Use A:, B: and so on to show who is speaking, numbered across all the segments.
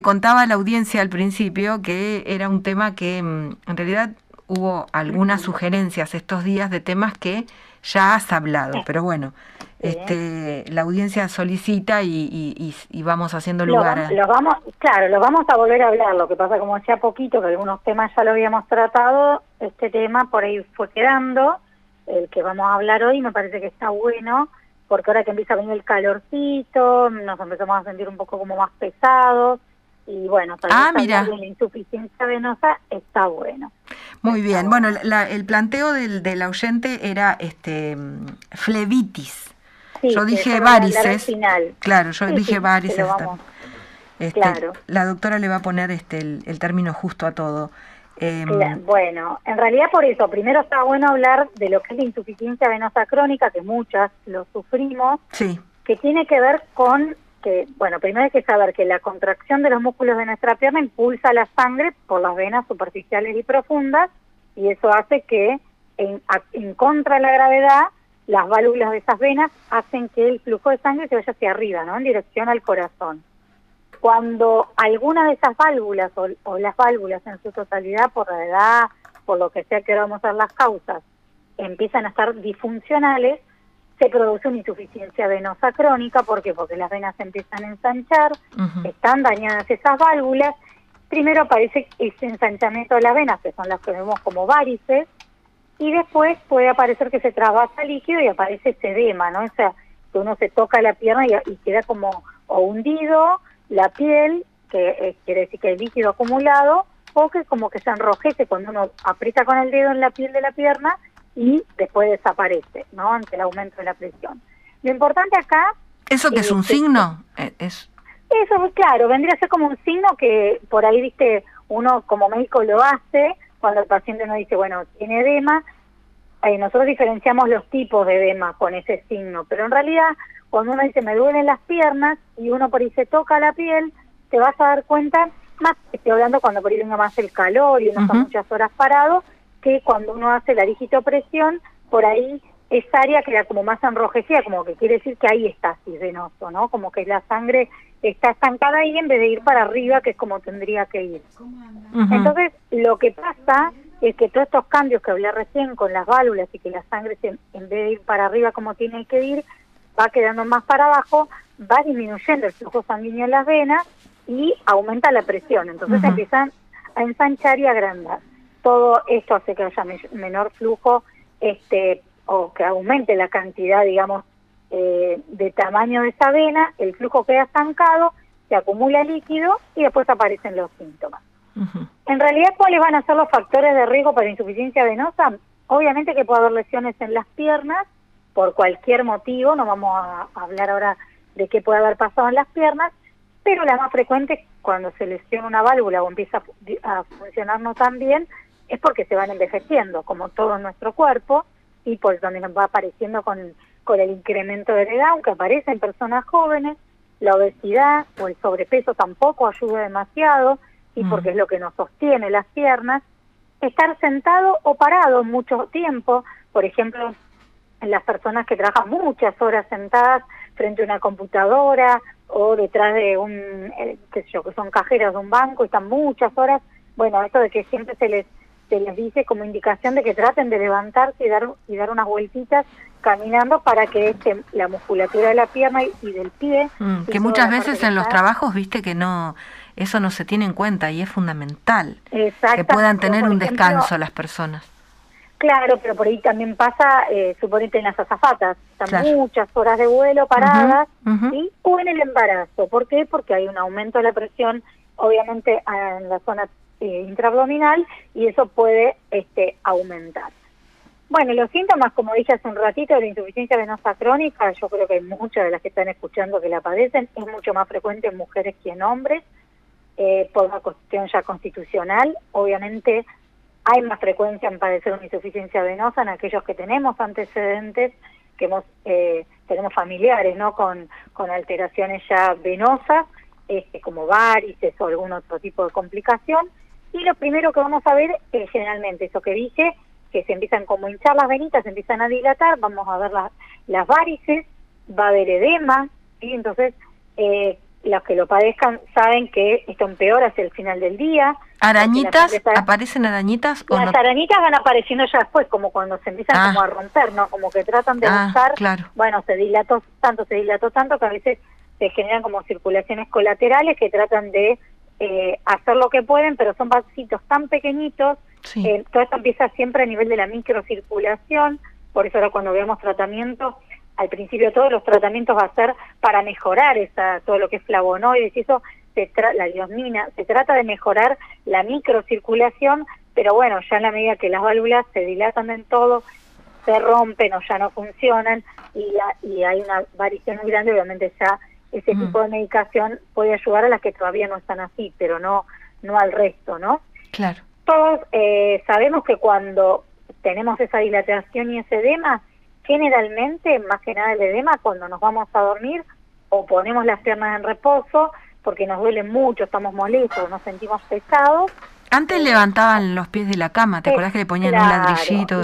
A: Contaba a la audiencia al principio que era un tema que en realidad hubo algunas sugerencias estos días de temas que ya has hablado, pero bueno,
B: Sí.
A: la audiencia solicita y vamos haciendo lugar a...
B: Claro, los vamos a volver a hablar. Lo que pasa, como hacía poquito, que algunos temas ya lo habíamos tratado, este tema por ahí fue quedando. El que vamos a hablar hoy me parece que está bueno, porque ahora que empieza a venir el calorcito, nos empezamos a sentir un poco como más pesados, y bueno, tal vez hablar
A: Mira,
B: de la insuficiencia venosa está bueno.
A: muy
B: Está
A: bien. Bueno,
B: bueno.
A: el planteo del oyente era flebitis.
B: Sí,
A: Yo
B: que eso
A: dije
B: lo voy a hablar al
A: varices,
B: final.
A: claro, yo
B: Sí,
A: dije
B: sí, que lo
A: varices.
B: vamos, claro.
A: La doctora le va a poner el término justo a todo.
B: Bueno, en realidad por eso, primero está bueno hablar de lo que es la insuficiencia venosa crónica, que muchas lo sufrimos,
A: Sí.
B: que tiene que ver con que, bueno, primero hay que saber que la contracción de los músculos de nuestra pierna impulsa la sangre por las venas superficiales y profundas, y eso hace que, en contra de la gravedad, las válvulas de esas venas hacen que el flujo de sangre se vaya hacia arriba, ¿no?, en dirección al corazón. Cuando alguna de esas válvulas o las válvulas en su totalidad, por la edad, por lo que sea que vamos a ver las causas, empiezan a estar disfuncionales, se produce una insuficiencia venosa crónica. ¿Por qué? Porque las venas se empiezan a ensanchar, están dañadas esas válvulas, primero aparece ese ensanchamiento de las venas, que son las que vemos como varices, y después puede aparecer que se trasvasa líquido y aparece ese edema, ¿no? O sea, que uno se toca la pierna y queda como o hundido la piel, que quiere decir que hay líquido acumulado, o que como que se enrojece cuando uno aprieta con el dedo en la piel de la pierna y después desaparece, ¿no?, ante el aumento de la presión. Lo importante acá...
A: ¿Eso que es un signo?
B: Eso, claro, vendría a ser como un signo que por ahí, viste, uno como médico lo hace cuando el paciente nos dice, bueno, tiene edema. Nosotros diferenciamos los tipos de edema con ese signo, pero en realidad cuando uno dice me duelen las piernas y uno por ahí se toca la piel, te vas a dar cuenta, más estoy hablando cuando por ahí venga más el calor y uno está muchas horas parado, que cuando uno hace la digitopresión, por ahí esa área queda como más enrojecida, como que quiere decir que hay estasis venoso, ¿no? Como que la sangre está estancada ahí en vez de ir para arriba, que es como tendría que ir. Entonces, lo que pasa es que todos estos cambios que hablé recién con las válvulas y que la sangre, en vez de ir para arriba como tiene que ir, va quedando más para abajo, va disminuyendo el flujo sanguíneo en las venas y aumenta la presión. Entonces empiezan a ensanchar y agrandar. Todo esto hace que haya menor flujo, o que aumente la cantidad, digamos, de tamaño de esa vena, el flujo queda estancado, se acumula líquido y después aparecen los síntomas. En realidad, ¿cuáles van a ser los factores de riesgo para insuficiencia venosa? Obviamente que puede haber lesiones en las piernas, por cualquier motivo, no vamos a hablar ahora de qué puede haber pasado en las piernas, pero la más frecuente es cuando se lesiona una válvula o empieza a funcionar no tan bien, es porque se van envejeciendo, como todo en nuestro cuerpo, y por eso también va apareciendo con el incremento de la edad, aunque aparece en personas jóvenes. La obesidad o el sobrepeso tampoco ayuda demasiado, y porque es lo que nos sostiene las piernas. Estar sentado o parado mucho tiempo, por ejemplo, en las personas que trabajan muchas horas sentadas frente a una computadora o detrás de qué sé yo, que son cajeras de un banco y están muchas horas, bueno, esto de que siempre se les dice como indicación de que traten de levantarse y dar unas vueltitas caminando para que la musculatura de la pierna y del pie...
A: que muchas veces en los trabajos, viste, que no, eso no se tiene en cuenta y es fundamental que puedan tener un descanso las personas.
B: Claro, pero por ahí también pasa, suponete en las azafatas, están muchas horas de vuelo paradas, ¿sí? O en el embarazo. ¿Por qué? Porque hay un aumento de la presión, obviamente, en la zona intraabdominal, y eso puede aumentar. Bueno, los síntomas, como dije hace un ratito, de la insuficiencia venosa crónica, yo creo que hay muchas de las que están escuchando que la padecen, es mucho más frecuente en mujeres que en hombres, por una cuestión ya constitucional. Obviamente hay más frecuencia en padecer una insuficiencia venosa en aquellos que tenemos antecedentes, que tenemos familiares, ¿no?, con alteraciones ya venosas, como varices o algún otro tipo de complicación. Y lo primero que vamos a ver es generalmente eso que dije, que se empiezan como a hinchar las venitas, se empiezan a dilatar, vamos a ver las varices, va a haber edema, ¿sí? Entonces los que lo padezcan saben que esto empeora hacia el final del día.
A: ¿Arañitas? ¿Aparecen arañitas o no?
B: Las arañitas van apareciendo ya después, como cuando se empiezan como a romper, ¿no? Como que tratan de buscar,
A: claro.
B: Bueno, se dilató tanto que a veces se generan como circulaciones colaterales que tratan de hacer lo que pueden, pero son vasitos tan pequeñitos.
A: Sí.
B: Todo esto empieza siempre a nivel de la microcirculación, por eso ahora cuando veamos tratamientos, al principio todos los tratamientos va a ser para mejorar todo lo que es flavonoides y eso, la diosmina, se trata de mejorar la microcirculación, pero bueno, ya en la medida que las válvulas se dilatan en todo, se rompen o ya no funcionan y hay una variación muy grande, obviamente ya ese tipo de medicación puede ayudar a las que todavía no están así, pero no al resto, ¿no?
A: Claro.
B: Todos sabemos que cuando tenemos esa dilatación y ese edema, generalmente, más que nada el edema, cuando nos vamos a dormir o ponemos las piernas en reposo, porque nos duele mucho, estamos molestos, nos sentimos pesados.
A: Antes levantaban los pies de la cama, ¿te acordás que le ponían un ladrillito?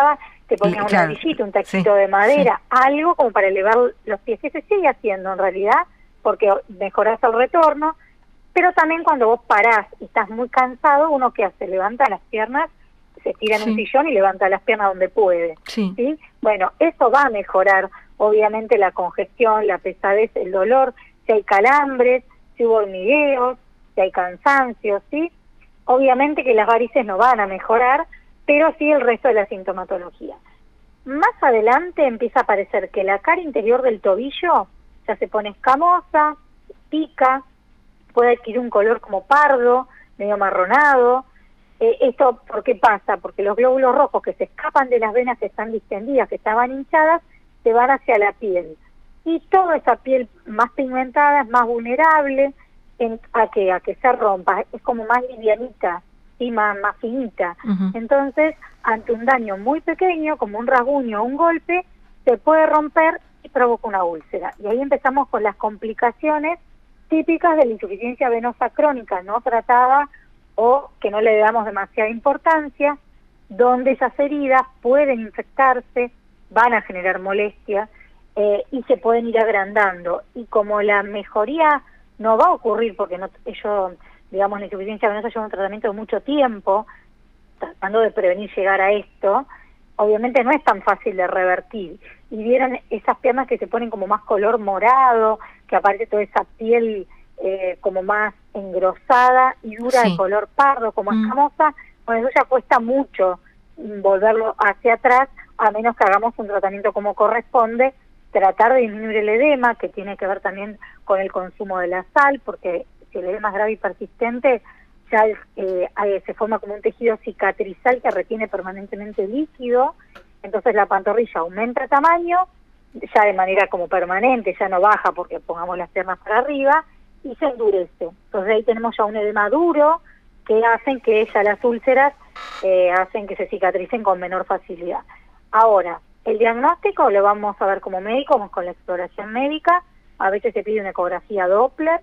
B: Te ponían un ladrillito, un taquito de madera, algo como para elevar los pies. Y se sigue haciendo en realidad, porque mejorás el retorno, pero también cuando vos parás y estás muy cansado, uno que hace, levanta las piernas, se tira en un sillón y levanta las piernas donde puede.
A: ¿Sí?
B: Bueno, eso va a mejorar, obviamente, la congestión, la pesadez, el dolor, si hay calambres, si hubo hormigueos, si hay cansancio, ¿sí? Obviamente que las varices no van a mejorar, pero sí el resto de la sintomatología. Más adelante empieza a aparecer que la cara interior del tobillo ya se pone escamosa, pica, puede adquirir un color como pardo, medio marronado. ¿Esto por qué pasa? Porque los glóbulos rojos que se escapan de las venas que están distendidas, que estaban hinchadas, se van hacia la piel. Y toda esa piel más pigmentada es más vulnerable a que se rompa, es como más livianita, ¿sí? más finita. Entonces, ante un daño muy pequeño, como un rasguño o un golpe, se puede romper y provoca una úlcera. Y ahí empezamos con las complicaciones típicas de la insuficiencia venosa crónica no tratada o que no le damos demasiada importancia, donde esas heridas pueden infectarse, van a generar molestia y se pueden ir agrandando. Y como la mejoría no va a ocurrir porque digamos, la insuficiencia venosa lleva un tratamiento de mucho tiempo, tratando de prevenir llegar a esto, obviamente no es tan fácil de revertir. Y vieron esas piernas que se ponen como más color morado, que aparece toda esa piel como más engrosada y dura de color pardo, como escamosa, bueno, eso ya cuesta mucho volverlo hacia atrás, a menos que hagamos un tratamiento como corresponde, tratar de disminuir el edema, que tiene que ver también con el consumo de la sal, porque si el edema es grave y persistente, ya se forma como un tejido cicatrizal que retiene permanentemente líquido, entonces la pantorrilla aumenta tamaño, ya de manera como permanente, ya no baja porque pongamos las piernas para arriba, y se endurece. Entonces ahí tenemos ya un edema duro que hacen que ya las úlceras hacen que se cicatricen con menor facilidad. Ahora, el diagnóstico lo vamos a ver como médicos, con la exploración médica, a veces se pide una ecografía Doppler,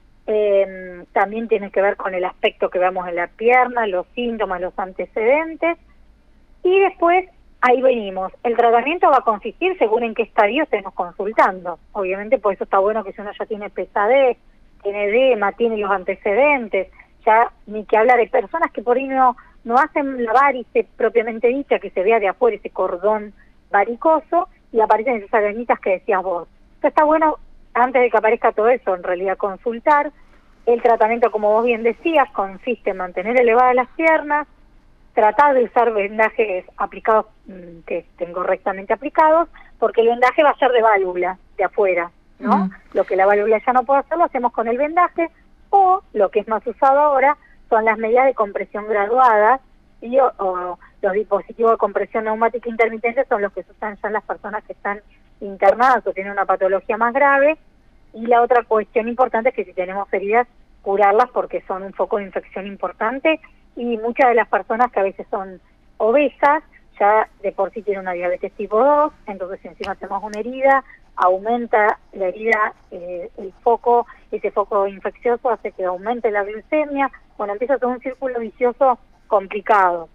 B: también tiene que ver con el aspecto que vemos en la pierna, los síntomas, los antecedentes, y después ahí venimos. El tratamiento va a consistir según en qué estadio estemos consultando. Obviamente por eso está bueno que si uno ya tiene pesadez, tiene edema, tiene los antecedentes, ya ni que hablar de personas que por ahí no hacen la varice propiamente dicha, que se vea de afuera ese cordón varicoso y aparecen esas arañitas que decías vos. Entonces está bueno, antes de que aparezca todo eso, en realidad consultar. El tratamiento, como vos bien decías, consiste en mantener elevadas las piernas, tratar de usar vendajes aplicados, que estén correctamente aplicados, porque el vendaje va a ser de válvula, de afuera, ¿no? Lo que la válvula ya no puede hacer, lo hacemos con el vendaje, o lo que es más usado ahora, son las medidas de compresión graduadas, o los dispositivos de compresión neumática intermitente son los que se usan ya en las personas que están internadas o tienen una patología más grave. Y la otra cuestión importante es que si tenemos heridas, curarlas porque son un foco de infección importante, y muchas de las personas que a veces son obesas, ya de por sí tienen una diabetes tipo 2, entonces si encima tenemos una herida, aumenta la herida, ese foco infeccioso hace que aumente la glucemia, bueno, empieza todo un círculo vicioso complicado.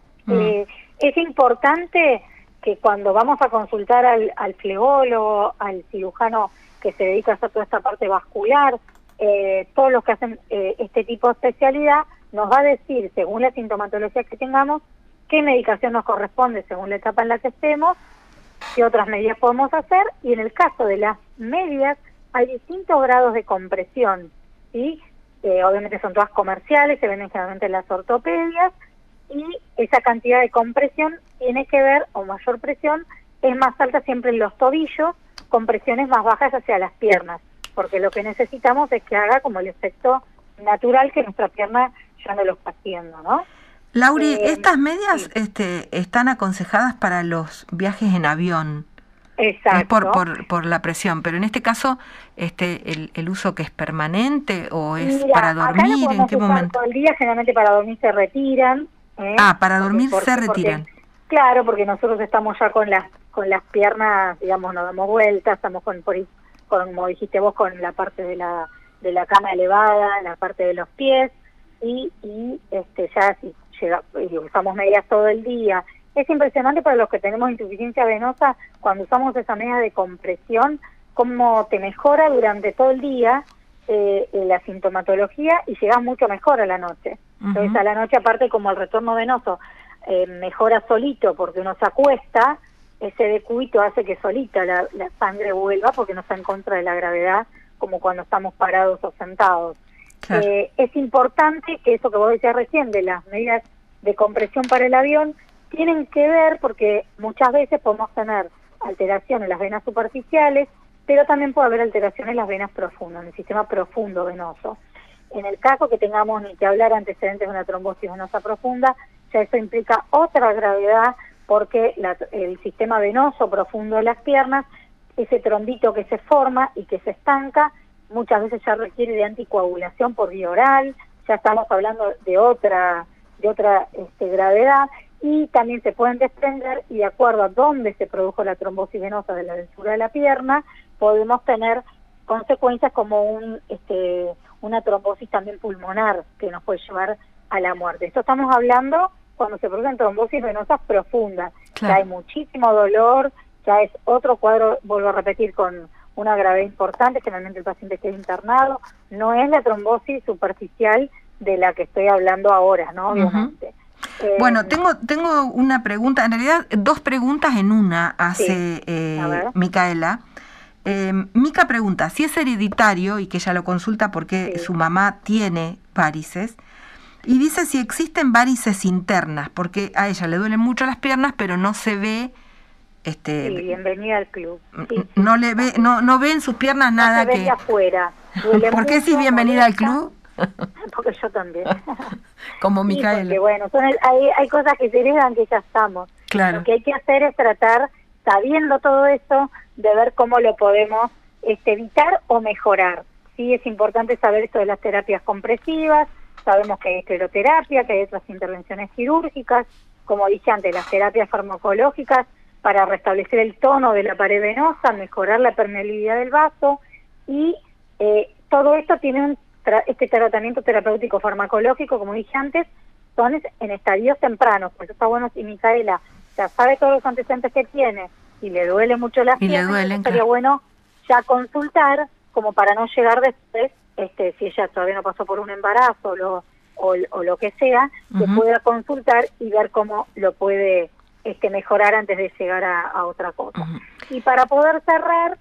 B: Es importante que cuando vamos a consultar al flególogo, al cirujano que se dedica a hacer toda esta parte vascular, todos los que hacen este tipo de especialidad nos va a decir, según la sintomatología que tengamos, qué medicación nos corresponde según la etapa en la que estemos, qué otras medidas podemos hacer, y en el caso de las medias hay distintos grados de compresión, ¿sí? Obviamente son todas comerciales, se venden generalmente en las ortopedias, y esa cantidad de compresión tiene que ver, o mayor presión, es más alta siempre en los tobillos, con presiones más bajas hacia las piernas, porque lo que necesitamos es que haga como el efecto natural que nuestra pierna ya no lo está haciendo, ¿no?
A: Lauri, estas medias
B: sí.
A: están aconsejadas para los viajes en avión.
B: Exacto.
A: Es por la presión, pero en este caso, el uso que es permanente o es
B: Mira,
A: para dormir, ¿en qué momento?
B: Todo el día, generalmente para dormir se retiran.
A: Para dormir se retiran.
B: Claro, porque nosotros estamos ya con las piernas, digamos, nos damos vueltas, estamos con como dijiste vos, con la parte de la cama elevada, la parte de los pies, y ya si usamos medias todo el día. Es impresionante para los que tenemos insuficiencia venosa, cuando usamos esa media de compresión, cómo te mejora durante todo el día la sintomatología y llegas mucho mejor a la noche. Entonces a la noche, aparte, como el retorno venoso mejora solito porque uno se acuesta, ese decúbito hace que solita la sangre vuelva porque no está en contra de la gravedad como cuando estamos parados o sentados. Claro. Es importante que eso que vos decías recién de las medidas de compresión para el avión tienen que ver porque muchas veces podemos tener alteración en las venas superficiales, pero también puede haber alteración en las venas profundas, en el sistema profundo venoso. En el caso que tengamos, ni que hablar, antecedentes de una trombosis venosa profunda, ya eso implica otra gravedad porque el sistema venoso profundo de las piernas, ese trombito que se forma y que se estanca, muchas veces ya requiere de anticoagulación por vía oral, ya estamos hablando de otra gravedad, y también se pueden desprender, y de acuerdo a dónde se produjo la trombosis venosa de la densura de la pierna, podemos tener consecuencias como una trombosis también pulmonar que nos puede llevar a la muerte. Esto estamos hablando cuando se producen trombosis venosas profundas. Claro. Ya hay muchísimo dolor, ya es otro cuadro, vuelvo a repetir, con una gravedad importante, generalmente el paciente queda internado, no es la trombosis superficial de la que estoy hablando ahora, ¿no? Obviamente.
A: Bueno, tengo una pregunta, en realidad dos preguntas en una hace Micaela. Mica pregunta si es hereditario y que ella lo consulta porque su mamá tiene varices, y dice si existen varices internas, porque a ella le duelen mucho las piernas, pero no se ve.
B: Sí, bienvenida al club. Sí,
A: no le ve, no ve en sus piernas nada
B: que. De afuera.
A: ¿Por qué decís bienvenida al club?
B: Porque yo también.
A: Como Micaela.
B: Porque bueno, hay cosas que se heredan que ya estamos.
A: Claro.
B: Lo que hay que hacer es tratar, sabiendo todo eso, de ver cómo lo podemos evitar o mejorar. Sí, es importante saber esto de las terapias compresivas, sabemos que hay escleroterapia, que hay otras intervenciones quirúrgicas, como dije antes, las terapias farmacológicas para restablecer el tono de la pared venosa, mejorar la permeabilidad del vaso, y todo esto tiene este tratamiento terapéutico farmacológico, como dije antes, son en estadios tempranos. Por eso está bueno si Micaela ya sabe todos los antecedentes que tiene y le duele mucho las piernas, estaría bueno ya consultar, como para no llegar después, si ella todavía no pasó por un embarazo o lo que sea, que pueda consultar y ver cómo lo puede mejorar antes de llegar a otra cosa. Y para poder cerrar,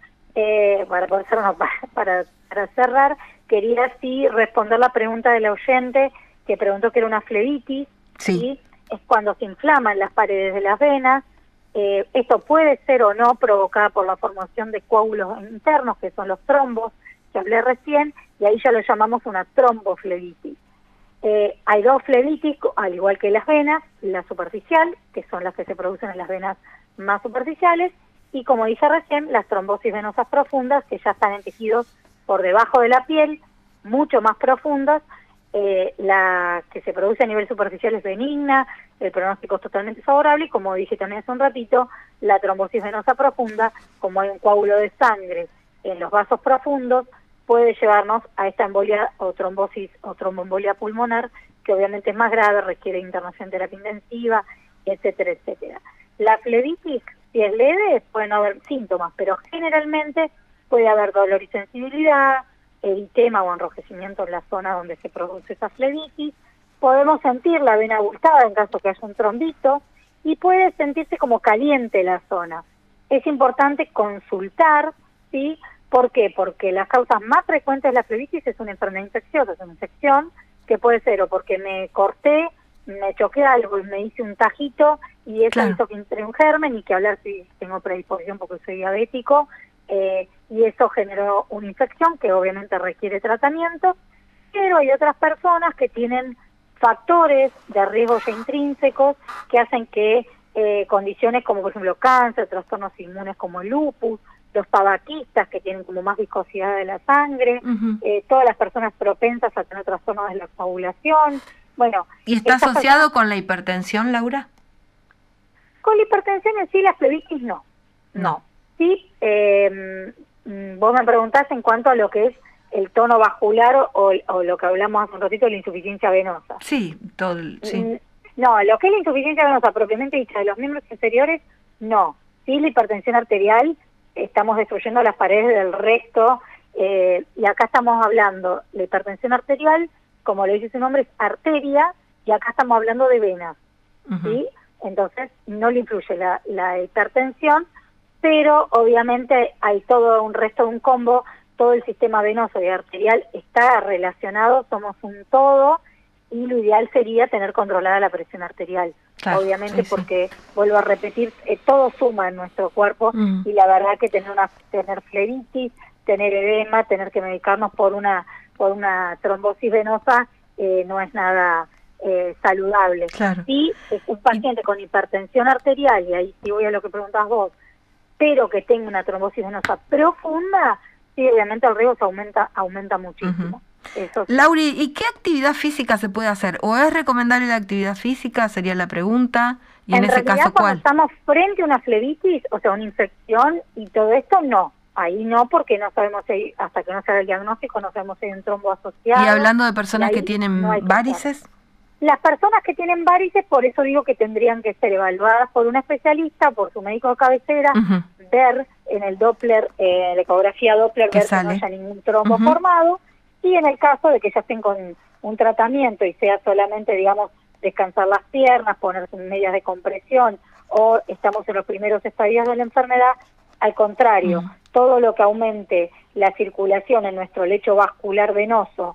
B: para cerrar, quería responder la pregunta de la oyente que preguntó que era una flebitis. Sí. Es cuando se inflaman las paredes de las venas. Esto puede ser o no provocada por la formación de coágulos internos, que son los trombos, que hablé recién, y ahí ya lo llamamos una tromboflebitis. Hay dos flebitis, al igual que las venas, la superficial, que son las que se producen en las venas más superficiales, y como dije recién, las trombosis venosas profundas, que ya están en tejidos por debajo de la piel, mucho más profundas. La que se produce a nivel superficial es benigna, el pronóstico es totalmente favorable, y como dije también hace un ratito, la trombosis venosa profunda, como hay un coágulo de sangre en los vasos profundos, puede llevarnos a esta embolia o trombosis o tromboembolia pulmonar, que obviamente es más grave, requiere internación en terapia intensiva, etcétera, etcétera. La flebitis, si es leve, pueden haber síntomas, pero generalmente puede haber dolor y sensibilidad, eritema o enrojecimiento en la zona donde se produce esa flebitis. Podemos sentir la vena abultada en caso que haya un trombito y puede sentirse como caliente la zona. Es importante consultar, ¿sí? ¿Por qué? Porque las causas más frecuentes de la flebitis es una enfermedad infecciosa, es una infección que puede ser o porque me corté, me choqué algo y me hice un tajito y eso hizo que entre un germen, y que hablar si tengo predisposición porque soy diabético, y eso generó una infección que obviamente requiere tratamiento, pero hay otras personas que tienen factores de riesgo ya intrínsecos que hacen que condiciones como por ejemplo cáncer, trastornos inmunes como el lupus, los tabaquistas que tienen como más viscosidad de la sangre, todas las personas propensas a tener trastornos de la coagulación. Bueno,
A: ¿y está asociado con la hipertensión, Laura?
B: Con la hipertensión en sí, la flebitis no. Sí, vos me preguntás en cuanto a lo que es el tono vascular o lo que hablamos hace un ratito de la insuficiencia venosa.
A: Sí, sí.
B: No, lo que es la insuficiencia venosa propiamente dicha de los miembros inferiores, no. Sí, la hipertensión arterial, estamos destruyendo las paredes del recto, y acá estamos hablando de hipertensión arterial, como lo dice su nombre, es arteria, y acá estamos hablando de venas, ¿sí? Entonces no le influye la hipertensión, pero obviamente hay todo un resto de un combo, todo el sistema venoso y arterial está relacionado, somos un todo, y lo ideal sería tener controlada la presión arterial, obviamente porque, vuelvo a repetir, todo suma en nuestro cuerpo, y la verdad que tener flebitis, tener edema, tener que medicarnos por una trombosis venosa, no es nada saludable. Si es un paciente con hipertensión arterial, y ahí sí voy a lo que preguntas vos, pero que tenga una trombosis venosa profunda, sí, obviamente el riesgo aumenta muchísimo. Eso sí.
A: Lauri, ¿y qué actividad física se puede hacer? ¿O es recomendable la actividad física? Sería la pregunta. ¿Y en ese caso cuál?
B: Estamos frente a una flebitis, o sea, una infección y todo esto, no. Ahí no, porque no sabemos si, hasta que no se haga el diagnóstico, no sabemos si hay un trombo asociado.
A: ¿Y hablando de personas que tienen varices?
B: Las personas que tienen varices, por eso digo que tendrían que ser evaluadas por un especialista, por su médico de cabecera, ver en el Doppler, la ecografía Doppler, ver que no haya ningún trombo formado, y en el caso de que ya estén con un tratamiento y sea solamente, digamos, descansar las piernas, ponerse en medias de compresión, o estamos en los primeros estadios de la enfermedad, al contrario, todo lo que aumente la circulación en nuestro lecho vascular venoso,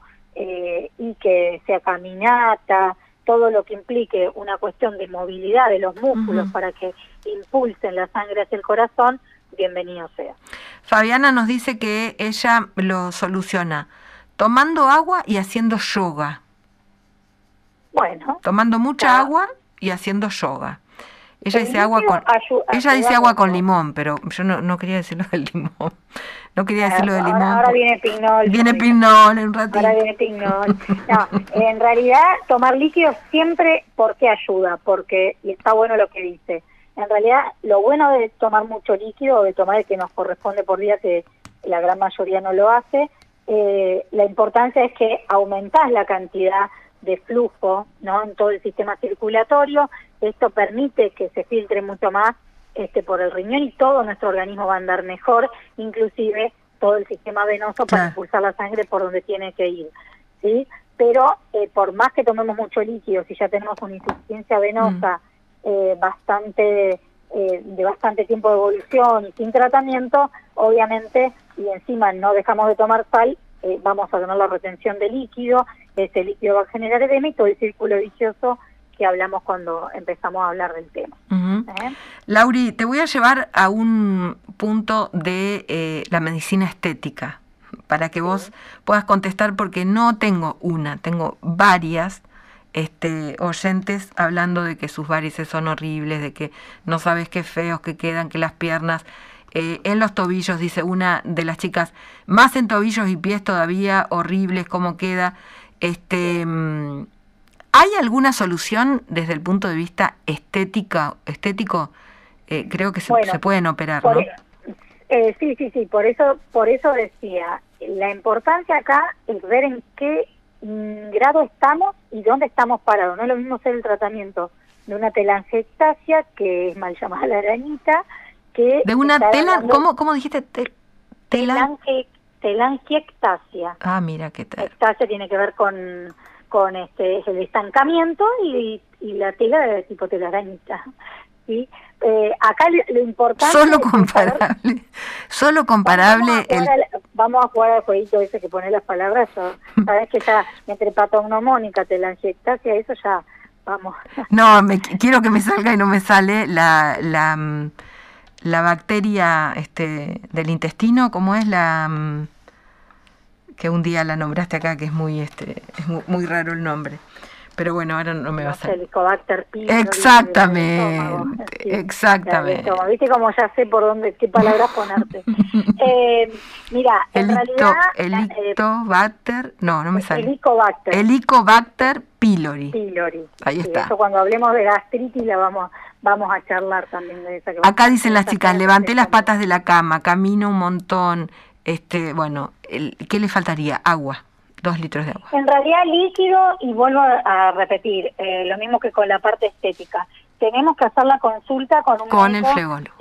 B: y que sea caminata, todo lo que implique una cuestión de movilidad de los músculos para que impulsen la sangre hacia el corazón, bienvenido sea.
A: Fabiana nos dice que ella lo soluciona tomando agua y haciendo yoga.
B: Bueno.
A: Tomando mucha agua y haciendo yoga. Ella dice agua con limón, pero yo no quería decirlo del limón. No quería decirlo del limón.
B: Ahora viene Pignol.
A: Viene Pignol en un ratito.
B: Ahora viene Pignol. No, en realidad tomar líquidos siempre, ¿por qué ayuda? Porque, y está bueno lo que dice, en realidad lo bueno de tomar mucho líquido, o de tomar el que nos corresponde por día, que la gran mayoría no lo hace, la importancia es que aumentás la cantidad de flujo, ¿no?, en todo el sistema circulatorio. Esto permite que se filtre mucho más por el riñón y todo nuestro organismo va a andar mejor, inclusive todo el sistema venoso para impulsar la sangre por donde tiene que ir, ¿sí? Pero por más que tomemos mucho líquido, si ya tenemos una insuficiencia venosa de bastante tiempo de evolución y sin tratamiento, obviamente, y encima no dejamos de tomar sal, vamos a tener la retención de líquido, ese líquido va a generar edema y todo el círculo vicioso que hablamos cuando empezamos a hablar del tema.
A: Lauri, te voy a llevar a un punto de la medicina estética, para que vos puedas contestar, porque no tengo una, tengo varias oyentes hablando de que sus varices son horribles, de que no sabes qué feos que quedan, que las piernas... en los tobillos, dice una de las chicas, más en tobillos y pies todavía, horribles cómo queda. ¿Hay alguna solución desde el punto de vista estético? Creo que se pueden operar, ¿no?
B: Sí, por eso decía, la importancia acá es ver en qué grado estamos y dónde estamos parados. No es lo mismo hacer el tratamiento de una telangiectasia, que es mal llamada la arañita, que...
A: ¿De una tela? ¿Cómo dijiste?
B: telangiectasia.
A: Ah, mira qué tal.
B: Ectasia tiene que ver con el estancamiento y la tela de tipo telarañita. ¿Sí? Acá lo importante
A: solo comparable
B: vamos a jugar al jueguito ese que pone las palabras. Sabes que ya entre patognomónica, telangiectasia, eso ya vamos.
A: No, quiero que me salga y no me sale la bacteria del intestino. ¿Cómo es la que un día la nombraste acá, que es muy muy raro el nombre? Pero bueno, ahora no me va a salir.
B: Helicobacter pylori.
A: Exactamente, sí, exactamente.
B: Viste como ya sé por dónde, qué palabras ponerte. Mira, en realidad...
A: Helicobacter, no me sale.
B: Helicobacter.
A: Helicobacter pylori. Ahí está.
B: Eso cuando hablemos de gastritis vamos a charlar también de esa.
A: Acá dicen las chicas, levanté las patas de la cama, camino un montón, bueno, ¿qué le faltaría? Agua. 2 litros de agua.
B: En realidad líquido, y vuelvo a repetir, lo mismo que con la parte estética. Tenemos que hacer la consulta con un médico,
A: el flebólogo.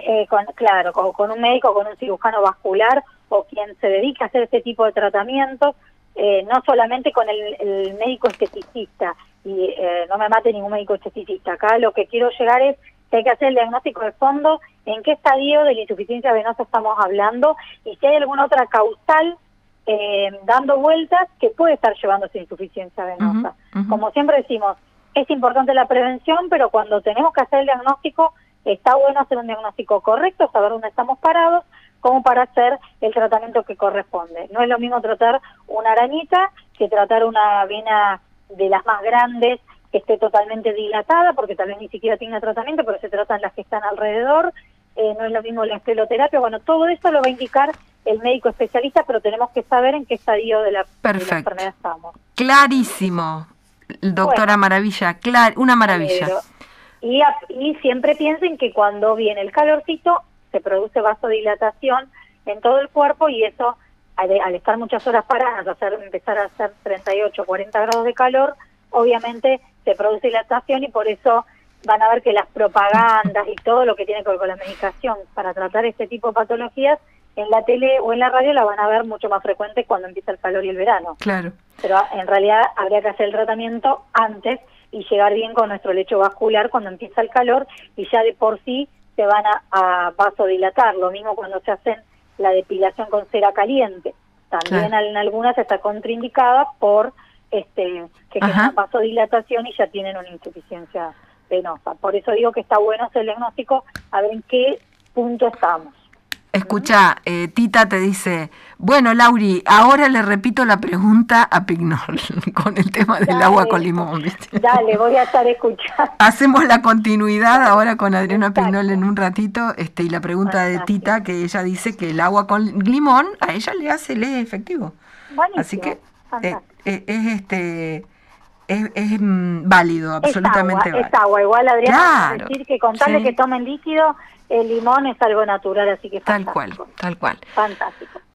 B: Con un médico, con un cirujano vascular o quien se dedica a hacer este tipo de tratamientos, no solamente con el médico esteticista, y no me mate ningún médico esteticista. Acá lo que quiero llegar es que hay que hacer el diagnóstico de fondo, en qué estadio de la insuficiencia venosa estamos hablando, y si hay alguna otra causal dando vueltas que puede estar llevando esa insuficiencia venosa. Como siempre decimos, es importante la prevención, pero cuando tenemos que hacer el diagnóstico, está bueno hacer un diagnóstico correcto, saber dónde estamos parados, como para hacer el tratamiento que corresponde. No es lo mismo tratar una arañita que tratar una vena de las más grandes que esté totalmente dilatada, porque tal vez ni siquiera tenga tratamiento, pero se tratan las que están alrededor. No es lo mismo la escleroterapia. Bueno, todo eso lo va a indicar el médico especialista, pero tenemos que saber en qué estadio de la enfermedad estamos.
A: Clarísimo, doctora Maravilla, una maravilla.
B: Y siempre piensen que cuando viene el calorcito se produce vasodilatación en todo el cuerpo, y eso, al estar muchas horas paradas, empezar a hacer 38, 40 grados de calor, obviamente se produce dilatación, y por eso van a ver que las propagandas y todo lo que tiene que ver con la medicación para tratar este tipo de patologías, en la tele o en la radio la van a ver mucho más frecuente cuando empieza el calor y el verano.
A: Claro.
B: Pero en realidad habría que hacer el tratamiento antes y llegar bien con nuestro lecho vascular cuando empieza el calor, y ya de por sí se van a vasodilatar. Lo mismo cuando se hacen la depilación con cera caliente. También en algunas está contraindicada por que generan vasodilatación y ya tienen una insuficiencia venosa. Por eso digo que está bueno hacer el diagnóstico, a ver en qué punto estamos.
A: Escucha, Tita te dice, bueno, Lauri, ahora le repito la pregunta a Pignol con el tema del agua con limón, ¿viste?
B: Dale, voy a estar escuchando.
A: Hacemos la continuidad ahora con Adriana Pignol en un ratito, y la pregunta de Tita, que ella dice que el agua con limón a ella le hace el efectivo.
B: Buenísimo.
A: Así que es válido, absolutamente válido.
B: Es agua, igual Adriana, claro, decir que con tal de que tomen líquido, el limón es algo natural, así que
A: fantástico. Tal cual.
B: Fantástico.